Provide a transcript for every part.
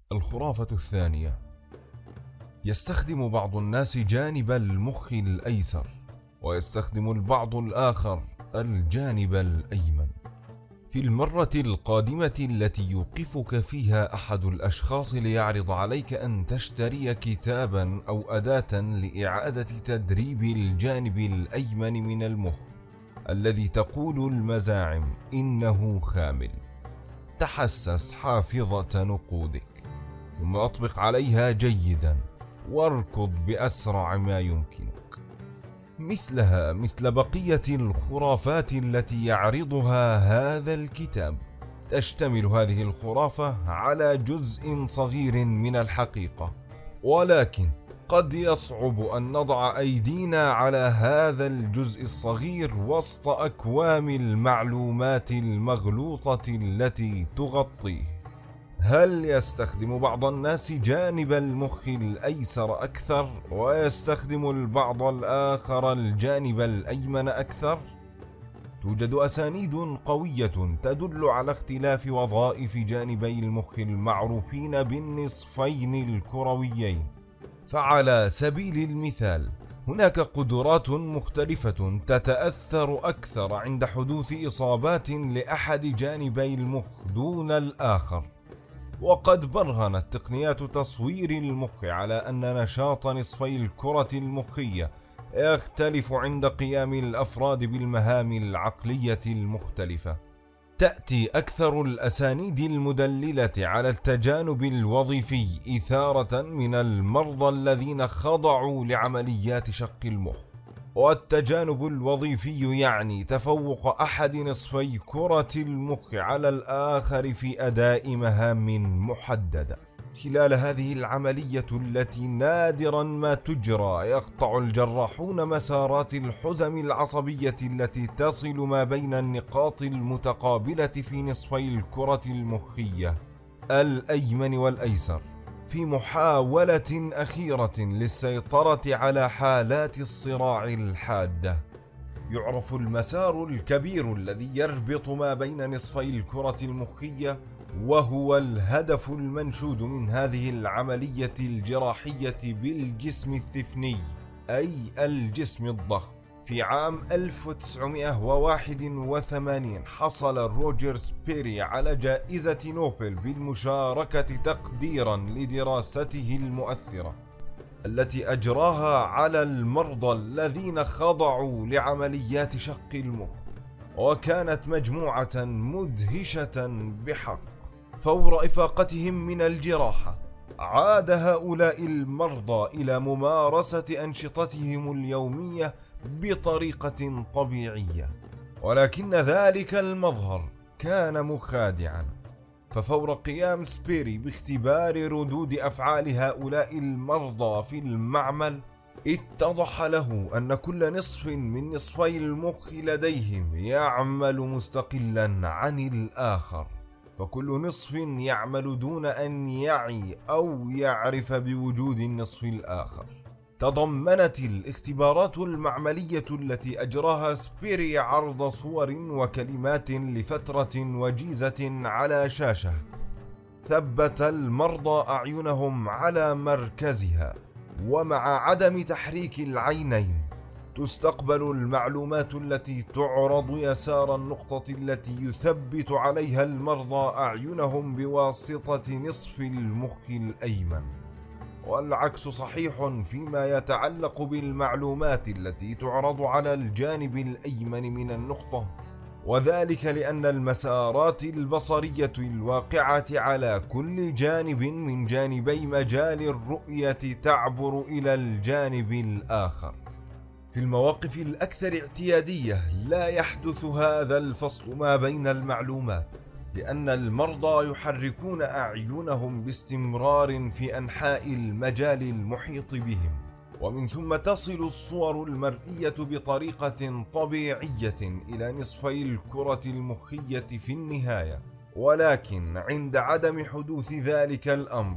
الخرافة الثانية: يستخدم بعض الناس جانب المخ الأيسر، ويستخدم البعض الآخر الجانب الأيمن. في المرة القادمة التي يوقفك فيها أحد الأشخاص ليعرض عليك أن تشتري كتابا أو أداة لإعادة تدريب الجانب الأيمن من المخ الذي تقول المزاعم إنه خامل، تحسس حافظة نقودك، ثم أطبق عليها جيدا واركض بأسرع ما يمكنك. مثلها مثل بقية الخرافات التي يعرضها هذا الكتاب، تشتمل هذه الخرافة على جزء صغير من الحقيقة، ولكن قد يصعب أن نضع أيدينا على هذا الجزء الصغير وسط أكوام المعلومات المغلوطة التي تغطيه. هل يستخدم بعض الناس جانب المخ الأيسر أكثر، ويستخدم البعض الآخر الجانب الأيمن أكثر؟ توجد أسانيد قوية تدل على اختلاف وظائف جانبي المخ المعروفين بالنصفين الكرويين. فعلى سبيل المثال، هناك قدرات مختلفة تتأثر أكثر عند حدوث إصابات لأحد جانبي المخ دون الآخر. وقد برهنت تقنيات تصوير المخ على أن نشاط نصفي الكرة المخية يختلف عند قيام الأفراد بالمهام العقلية المختلفة. تأتي أكثر الأسانيد المدللة على التجانب الوظيفي إثارة من المرضى الذين خضعوا لعمليات شق المخ. والتجانب الوظيفي يعني تفوق أحد نصفي كرة المخ على الآخر في أداء مهام محددة. خلال هذه العملية التي نادرا ما تجرى، يقطع الجراحون مسارات الحزم العصبية التي تصل ما بين النقاط المتقابلة في نصفي الكرة المخية الأيمن والأيسر، في محاولة أخيرة للسيطرة على حالات الصراع الحادة. يعرف المسار الكبير الذي يربط ما بين نصفي الكرة المخية، وهو الهدف المنشود من هذه العملية الجراحية بالجسم الثفني، أي الجسم الضخم. في عام 1981 حصل روجر سبيري على جائزة نوبل بالمشاركة تقديرا لدراسته المؤثرة التي أجراها على المرضى الذين خضعوا لعمليات شق المخ، وكانت مجموعة مدهشة بحق. فور إفاقتهم من الجراحة، عاد هؤلاء المرضى إلى ممارسة أنشطتهم اليومية بطريقة طبيعية، ولكن ذلك المظهر كان مخادعا. ففور قيام سبيري باختبار ردود أفعال هؤلاء المرضى في المعمل، اتضح له أن كل نصف من نصفي المخ لديهم يعمل مستقلا عن الآخر، فكل نصف يعمل دون أن يعي أو يعرف بوجود النصف الآخر. تضمنت الاختبارات المعملية التي أجراها سبيري عرض صور وكلمات لفترة وجيزة على شاشة. ثبت المرضى أعينهم على مركزها، ومع عدم تحريك العينين تستقبل المعلومات التي تعرض يسار النقطة التي يثبت عليها المرضى أعينهم بواسطة نصف المخ الأيمن. والعكس صحيح فيما يتعلق بالمعلومات التي تعرض على الجانب الأيمن من النقطة، وذلك لأن المسارات البصرية الواقعة على كل جانب من جانبي مجال الرؤية تعبر إلى الجانب الآخر. في المواقف الأكثر اعتيادية لا يحدث هذا الفصل ما بين المعلومات، لأن المرضى يحركون أعينهم باستمرار في أنحاء المجال المحيط بهم، ومن ثم تصل الصور المرئية بطريقة طبيعية إلى نصفي الكرة المخية في النهاية. ولكن عند عدم حدوث ذلك الأمر،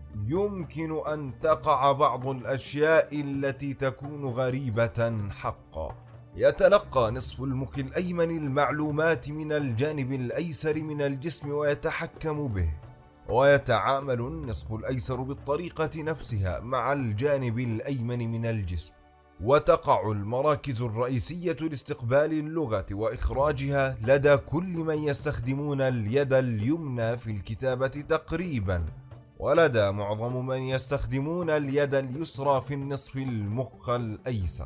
يمكن أن تقع بعض الأشياء التي تكون غريبة حقا. يتلقى نصف المخ الأيمن المعلومات من الجانب الأيسر من الجسم ويتحكم به، ويتعامل النصف الأيسر بالطريقة نفسها مع الجانب الأيمن من الجسم. وتقع المراكز الرئيسية لاستقبال اللغة وإخراجها لدى كل من يستخدمون اليد اليمنى في الكتابة تقريبا، ولدى معظم من يستخدمون اليد اليسرى في النصف المخ الأيسر.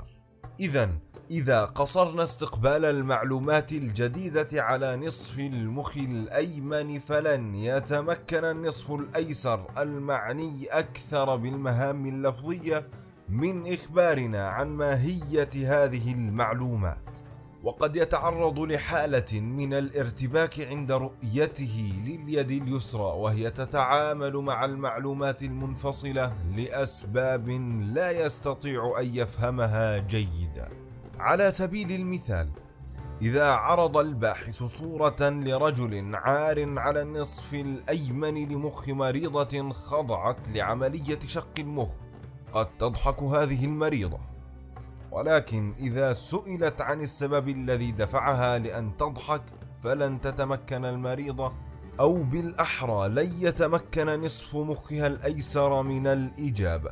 إذا قصرنا استقبال المعلومات الجديدة على نصف المخ الأيمن، فلن يتمكن النصف الأيسر المعني أكثر بالمهام اللفظية من إخبارنا عن ماهية هذه المعلومات، وقد يتعرض لحالة من الارتباك عند رؤيته لليد اليسرى وهي تتعامل مع المعلومات المنفصلة لأسباب لا يستطيع أن يفهمها جيدا. على سبيل المثال، إذا عرض الباحث صورة لرجل عار على النصف الأيمن لمخ مريضة خضعت لعملية شق المخ، قد تضحك هذه المريضة، ولكن إذا سئلت عن السبب الذي دفعها لأن تضحك فلن تتمكن المريضة، أو بالأحرى لن يتمكن نصف مخها الأيسر من الإجابة،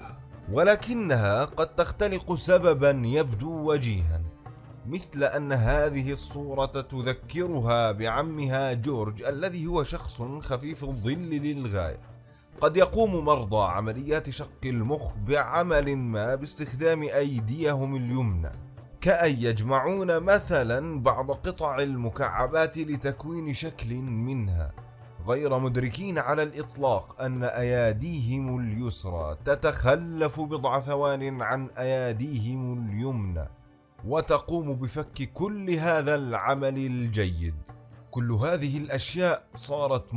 ولكنها قد تختلق سببا يبدو وجيها، مثل أن هذه الصورة تذكرها بعمها جورج الذي هو شخص خفيف الظل للغاية. قد يقوم مرضى عمليات شق المخ بعمل ما باستخدام أيديهم اليمنى، كأن يجمعون مثلا بعض قطع المكعبات لتكوين شكل منها، غير مدركين على الإطلاق أن أياديهم اليسرى تتخلف بضع ثوان عن أياديهم اليمنى وتقوم بفك كل هذا العمل الجيد. كل هذه الأشياء صارت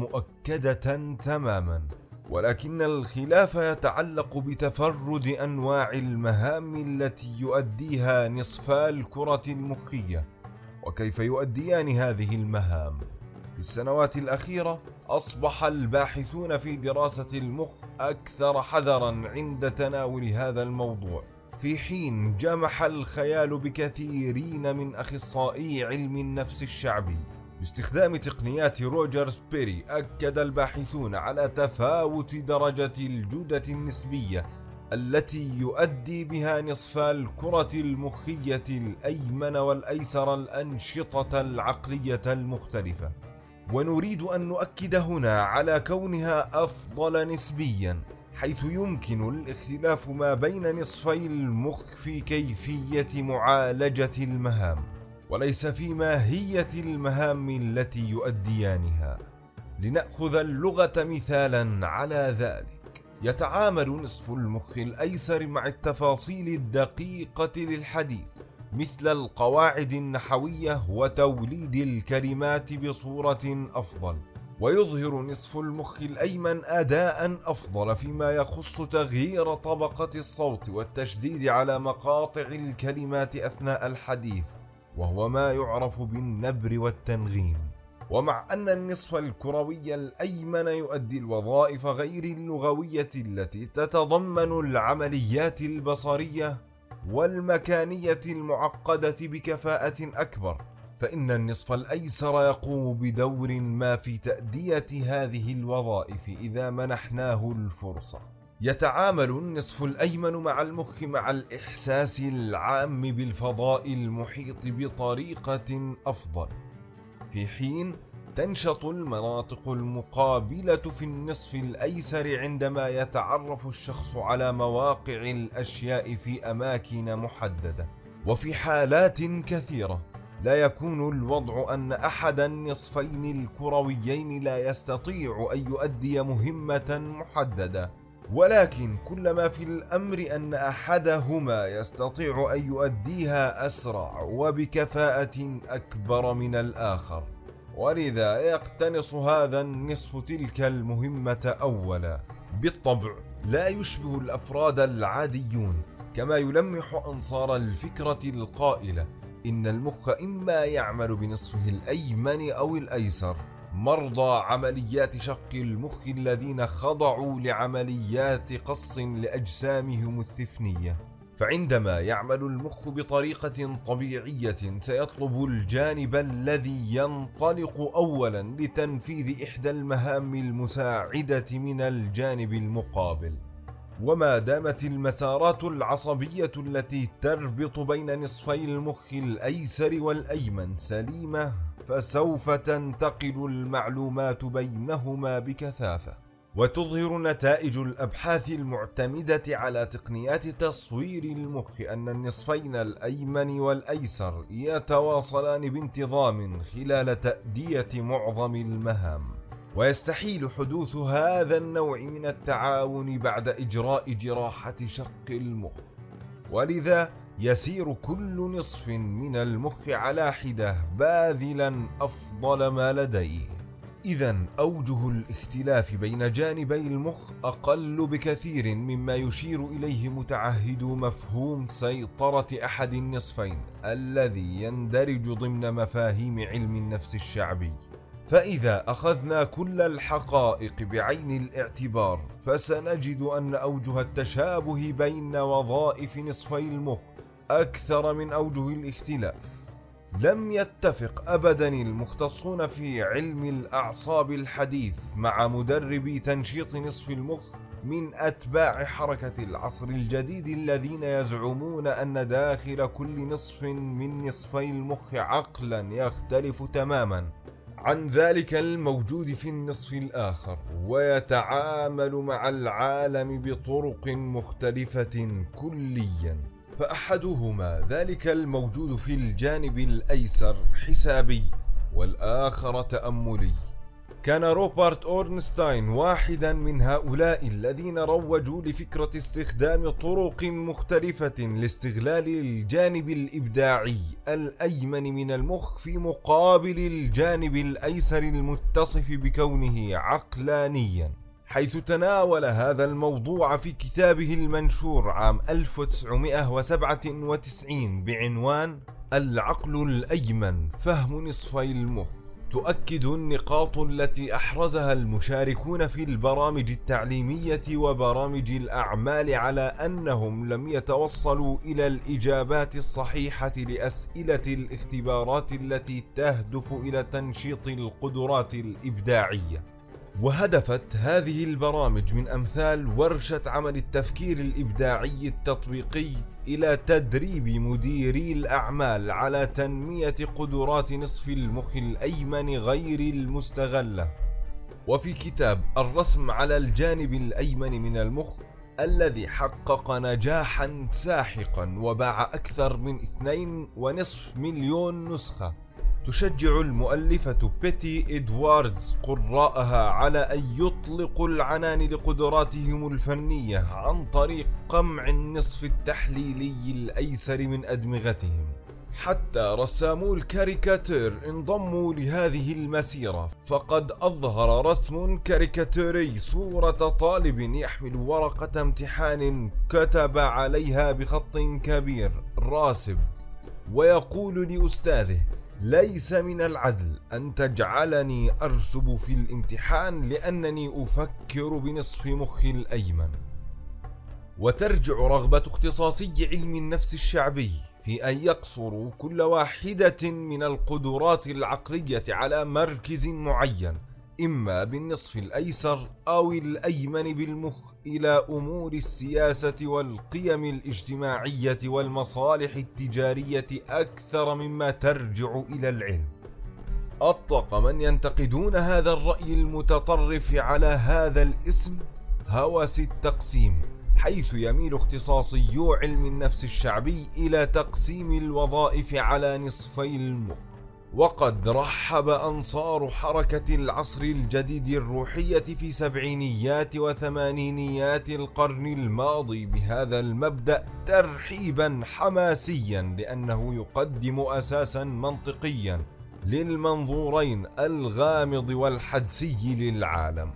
مؤكدة تماما، ولكن الخلاف يتعلق بتفرد أنواع المهام التي يؤديها نصفا الكرة المخية وكيف يؤديان هذه المهام. في السنوات الأخيرة أصبح الباحثون في دراسة المخ أكثر حذرا عند تناول هذا الموضوع، في حين جمح الخيال بكثيرين من أخصائي علم النفس الشعبي. باستخدام تقنيات روجر سبيري أكد الباحثون على تفاوت درجة الجودة النسبية التي يؤدي بها نصفا الكرة المخية الأيمن والأيسر الأنشطة العقلية المختلفة، ونريد أن نؤكد هنا على كونها أفضل نسبيا، حيث يمكن الاختلاف ما بين نصفي المخ في كيفية معالجة المهام وليس في ماهية المهام التي يؤديانها. لنأخذ اللغة مثالا على ذلك، يتعامل نصف المخ الأيسر مع التفاصيل الدقيقة للحديث مثل القواعد النحوية وتوليد الكلمات بصورة أفضل، ويظهر نصف المخ الأيمن أداء أفضل فيما يخص تغيير طبقة الصوت والتشديد على مقاطع الكلمات أثناء الحديث، وهو ما يعرف بالنبر والتنغيم. ومع أن النصف الكروي الأيمن يؤدي الوظائف غير اللغوية التي تتضمن العمليات البصرية والمكانية المعقدة بكفاءة أكبر، فإن النصف الأيسر يقوم بدور ما في تأدية هذه الوظائف إذا منحناه الفرصة. يتعامل النصف الأيمن مع المخ مع الإحساس العام بالفضاء المحيط بطريقة أفضل، في حين تنشط المناطق المقابلة في النصف الأيسر عندما يتعرف الشخص على مواقع الأشياء في أماكن محددة. وفي حالات كثيرة لا يكون الوضع أن أحد النصفين الكرويين لا يستطيع أن يؤدي مهمة محددة، ولكن كل ما في الأمر أن أحدهما يستطيع أن يؤديها أسرع وبكفاءة أكبر من الآخر، ولذا يقتنص هذا النصف تلك المهمة أولا. بالطبع لا يشبه الأفراد العاديون، كما يلمح أنصار الفكرة القائلة إن المخ إما يعمل بنصفه الأيمن أو الأيسر. مرضى عمليات شق المخ الذين خضعوا لعمليات قص لأجسامهم الثفنية فعندما يعمل المخ بطريقة طبيعية سيطلب الجانب الذي ينطلق أولا لتنفيذ إحدى المهام المساعدة من الجانب المقابل. وما دامت المسارات العصبية التي تربط بين نصفي المخ الأيسر والأيمن سليمة، فسوف تنتقل المعلومات بينهما بكثافة. وتظهر نتائج الأبحاث المعتمدة على تقنيات تصوير المخ أن النصفين الأيمن والأيسر يتواصلان بانتظام خلال تأدية معظم المهام، ويستحيل حدوث هذا النوع من التعاون بعد إجراء جراحة شق المخ، ولذا يسير كل نصف من المخ على حدة باذلا أفضل ما لديه. إذا أوجه الاختلاف بين جانبي المخ أقل بكثير مما يشير إليه متعهدو مفهوم سيطرة أحد النصفين الذي يندرج ضمن مفاهيم علم النفس الشعبي. فإذا أخذنا كل الحقائق بعين الاعتبار فسنجد أن أوجه التشابه بين وظائف نصفي المخ أكثر من أوجه الاختلاف. لم يتفق أبدا المختصون في علم الأعصاب الحديث مع مدربي تنشيط نصف المخ من أتباع حركة العصر الجديد الذين يزعمون أن داخل كل نصف من نصفي المخ عقلا يختلف تماما عن ذلك الموجود في النصف الآخر، ويتعامل مع العالم بطرق مختلفة كليا. فأحدهما ذلك الموجود في الجانب الأيسر حسابي والآخر تأملي. كان روبرت أورنستاين واحدا من هؤلاء الذين روجوا لفكرة استخدام طرق مختلفة لاستغلال الجانب الإبداعي الأيمن من المخ في مقابل الجانب الأيسر المتصف بكونه عقلانيا، حيث تناول هذا الموضوع في كتابه المنشور عام 1997 بعنوان العقل الأيمن فهم نصفي المخ. تؤكد النقاط التي أحرزها المشاركون في البرامج التعليمية وبرامج الأعمال على أنهم لم يتوصلوا إلى الإجابات الصحيحة لأسئلة الاختبارات التي تهدف إلى تنشيط القدرات الإبداعية. وهدفت هذه البرامج من أمثال ورشة عمل التفكير الإبداعي التطبيقي إلى تدريب مديري الأعمال على تنمية قدرات نصف المخ الأيمن غير المستغلة. وفي كتاب الرسم على الجانب الأيمن من المخ الذي حقق نجاحا ساحقا وباع أكثر من 2.5 مليون نسخة، تشجع المؤلفة بيتي إدواردز قراءها على أن يطلقوا العنان لقدراتهم الفنية عن طريق قمع النصف التحليلي الأيسر من أدمغتهم. حتى رسامو الكاريكاتير انضموا لهذه المسيرة، فقد أظهر رسم كاريكاتيري صورة طالب يحمل ورقة امتحان كتب عليها بخط كبير راسب ويقول لأستاذه: ليس من العدل أن تجعلني أرسب في الامتحان لأنني أفكر بنصف مخي الأيمن. وترجع رغبة اختصاصي علم النفس الشعبي في أن يقصروا كل واحدة من القدرات العقلية على مركز معين، إما بالنصف الأيسر أو الأيمن بالمخ، إلى أمور السياسة والقيم الاجتماعية والمصالح التجارية أكثر مما ترجع إلى العلم. أطلق من ينتقدون هذا الرأي المتطرف على هذا الاسم هوس التقسيم، حيث يميل اختصاصيو علم النفس الشعبي إلى تقسيم الوظائف على نصفي المخ. وقد رحب أنصار حركة العصر الجديد الروحية في سبعينيات وثمانينيات القرن الماضي بهذا المبدأ ترحيبا حماسيا، لأنه يقدم أساسا منطقيا للمنظورين الغامض والحدسي للعالم.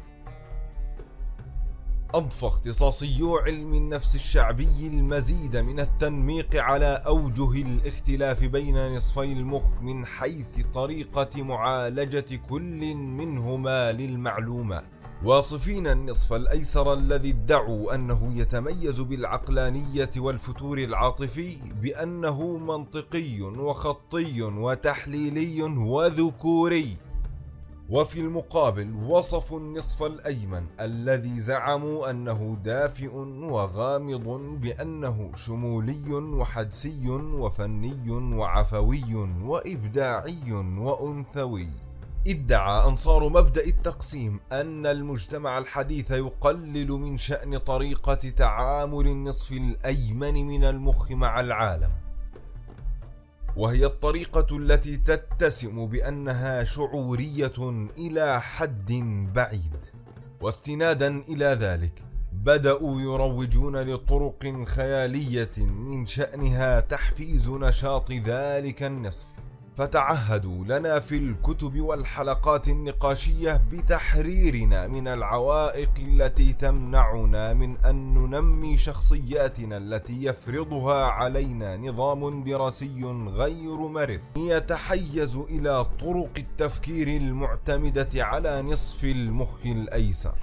أضفى اختصاصيو علم النفس الشعبي المزيد من التنميق على أوجه الاختلاف بين نصفي المخ من حيث طريقة معالجة كل منهما للمعلومات. واصفين النصف الأيسر الذي ادعوا أنه يتميز بالعقلانية والفتور العاطفي بأنه منطقي وخطي وتحليلي وذكوري، وفي المقابل وصفوا النصف الأيمن الذي زعموا أنه دافئ وغامض بأنه شمولي وحدسي وفني وعفوي وإبداعي وأنثوي. ادعى أنصار مبدأ التقسيم أن المجتمع الحديث يقلل من شأن طريقة تعامل النصف الأيمن من المخ مع العالم، وهي الطريقة التي تتسم بأنها شعورية إلى حد بعيد. واستنادا إلى ذلك بدأوا يروجون لطرق خيالية من شأنها تحفيز نشاط ذلك النصف، فتعهدوا لنا في الكتب والحلقات النقاشية بتحريرنا من العوائق التي تمنعنا من أن ننمي شخصياتنا التي يفرضها علينا نظام دراسي غير مرن يتحيز إلى طرق التفكير المعتمدة على نصف المخ الأيسر.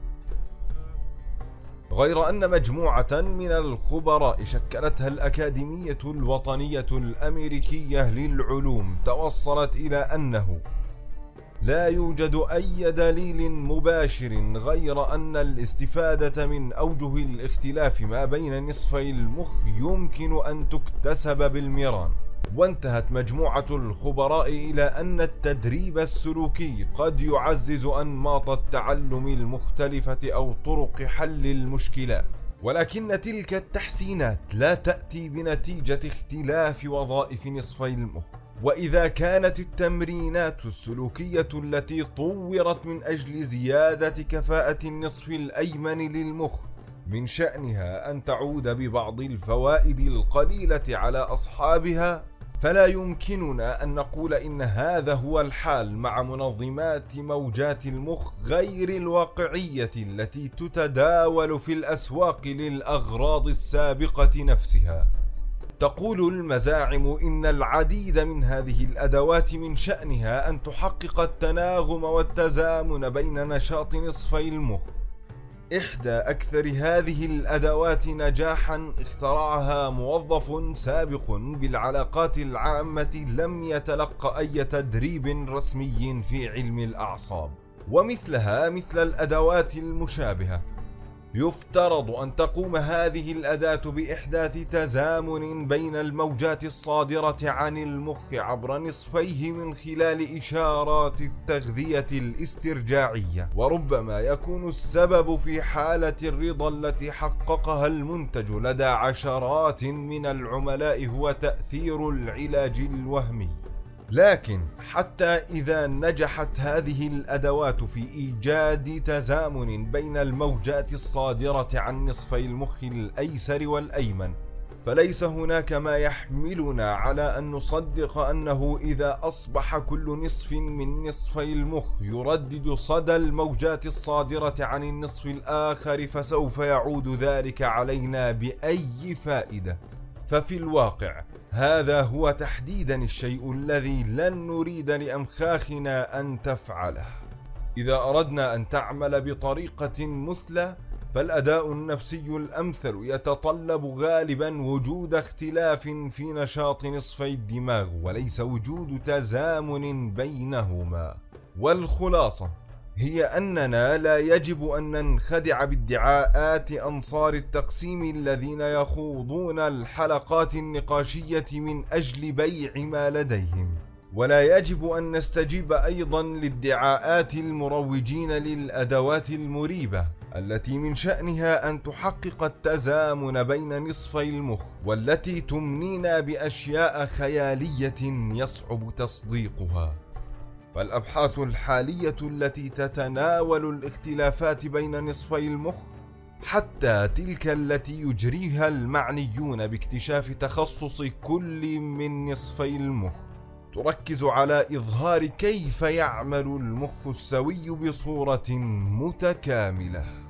غير أن مجموعة من الخبراء شكلتها الأكاديمية الوطنية الأمريكية للعلوم توصلت إلى أنه لا يوجد أي دليل مباشر غير أن الاستفادة من أوجه الاختلاف ما بين نصفي المخ يمكن أن تكتسب بالمران. وانتهت مجموعة الخبراء إلى أن التدريب السلوكي قد يعزز أنماط التعلم المختلفة أو طرق حل المشكلات، ولكن تلك التحسينات لا تأتي بنتيجة اختلاف وظائف نصفي المخ. وإذا كانت التمرينات السلوكية التي طورت من أجل زيادة كفاءة النصف الأيمن للمخ من شأنها أن تعود ببعض الفوائد القليلة على أصحابها، فلا يمكننا أن نقول إن هذا هو الحال مع منظمات موجات المخ غير الواقعية التي تتداول في الأسواق للأغراض السابقة نفسها. تقول المزاعم إن العديد من هذه الأدوات من شأنها أن تحقق التناغم والتزامن بين نشاط نصفي المخ. إحدى أكثر هذه الأدوات نجاحا اخترعها موظف سابق بالعلاقات العامة لم يتلقى أي تدريب رسمي في علم الأعصاب، ومثلها مثل الأدوات المشابهة يفترض أن تقوم هذه الأداة بإحداث تزامن بين الموجات الصادرة عن المخ عبر نصفيه من خلال إشارات التغذية الاسترجاعية، وربما يكون السبب في حالة الرضا التي حققها المنتج لدى عشرات من العملاء هو تأثير العلاج الوهمي. لكن حتى إذا نجحت هذه الأدوات في إيجاد تزامن بين الموجات الصادرة عن نصفي المخ الأيسر والأيمن، فليس هناك ما يحملنا على أن نصدق أنه إذا أصبح كل نصف من نصفي المخ يردد صدى الموجات الصادرة عن النصف الآخر فسوف يعود ذلك علينا بأي فائدة. ففي الواقع هذا هو تحديدا الشيء الذي لن نريد لأمخاخنا أن تفعله. إذا أردنا أن تعمل بطريقة مثلى فالأداء النفسي الأمثل يتطلب غالبا وجود اختلاف في نشاط نصفي الدماغ وليس وجود تزامن بينهما. والخلاصة هي أننا لا يجب أن ننخدع بادعاءات أنصار التقسيم الذين يخوضون الحلقات النقاشية من أجل بيع ما لديهم، ولا يجب أن نستجيب أيضا لادعاءات المروجين للأدوات المريبة التي من شأنها أن تحقق التزامن بين نصفي المخ والتي تمنينا بأشياء خيالية يصعب تصديقها. فالأبحاث الحالية التي تتناول الاختلافات بين نصفي المخ، حتى تلك التي يجريها المعنيون باكتشاف تخصص كل من نصفي المخ، تركز على إظهار كيف يعمل المخ السوي بصورة متكاملة.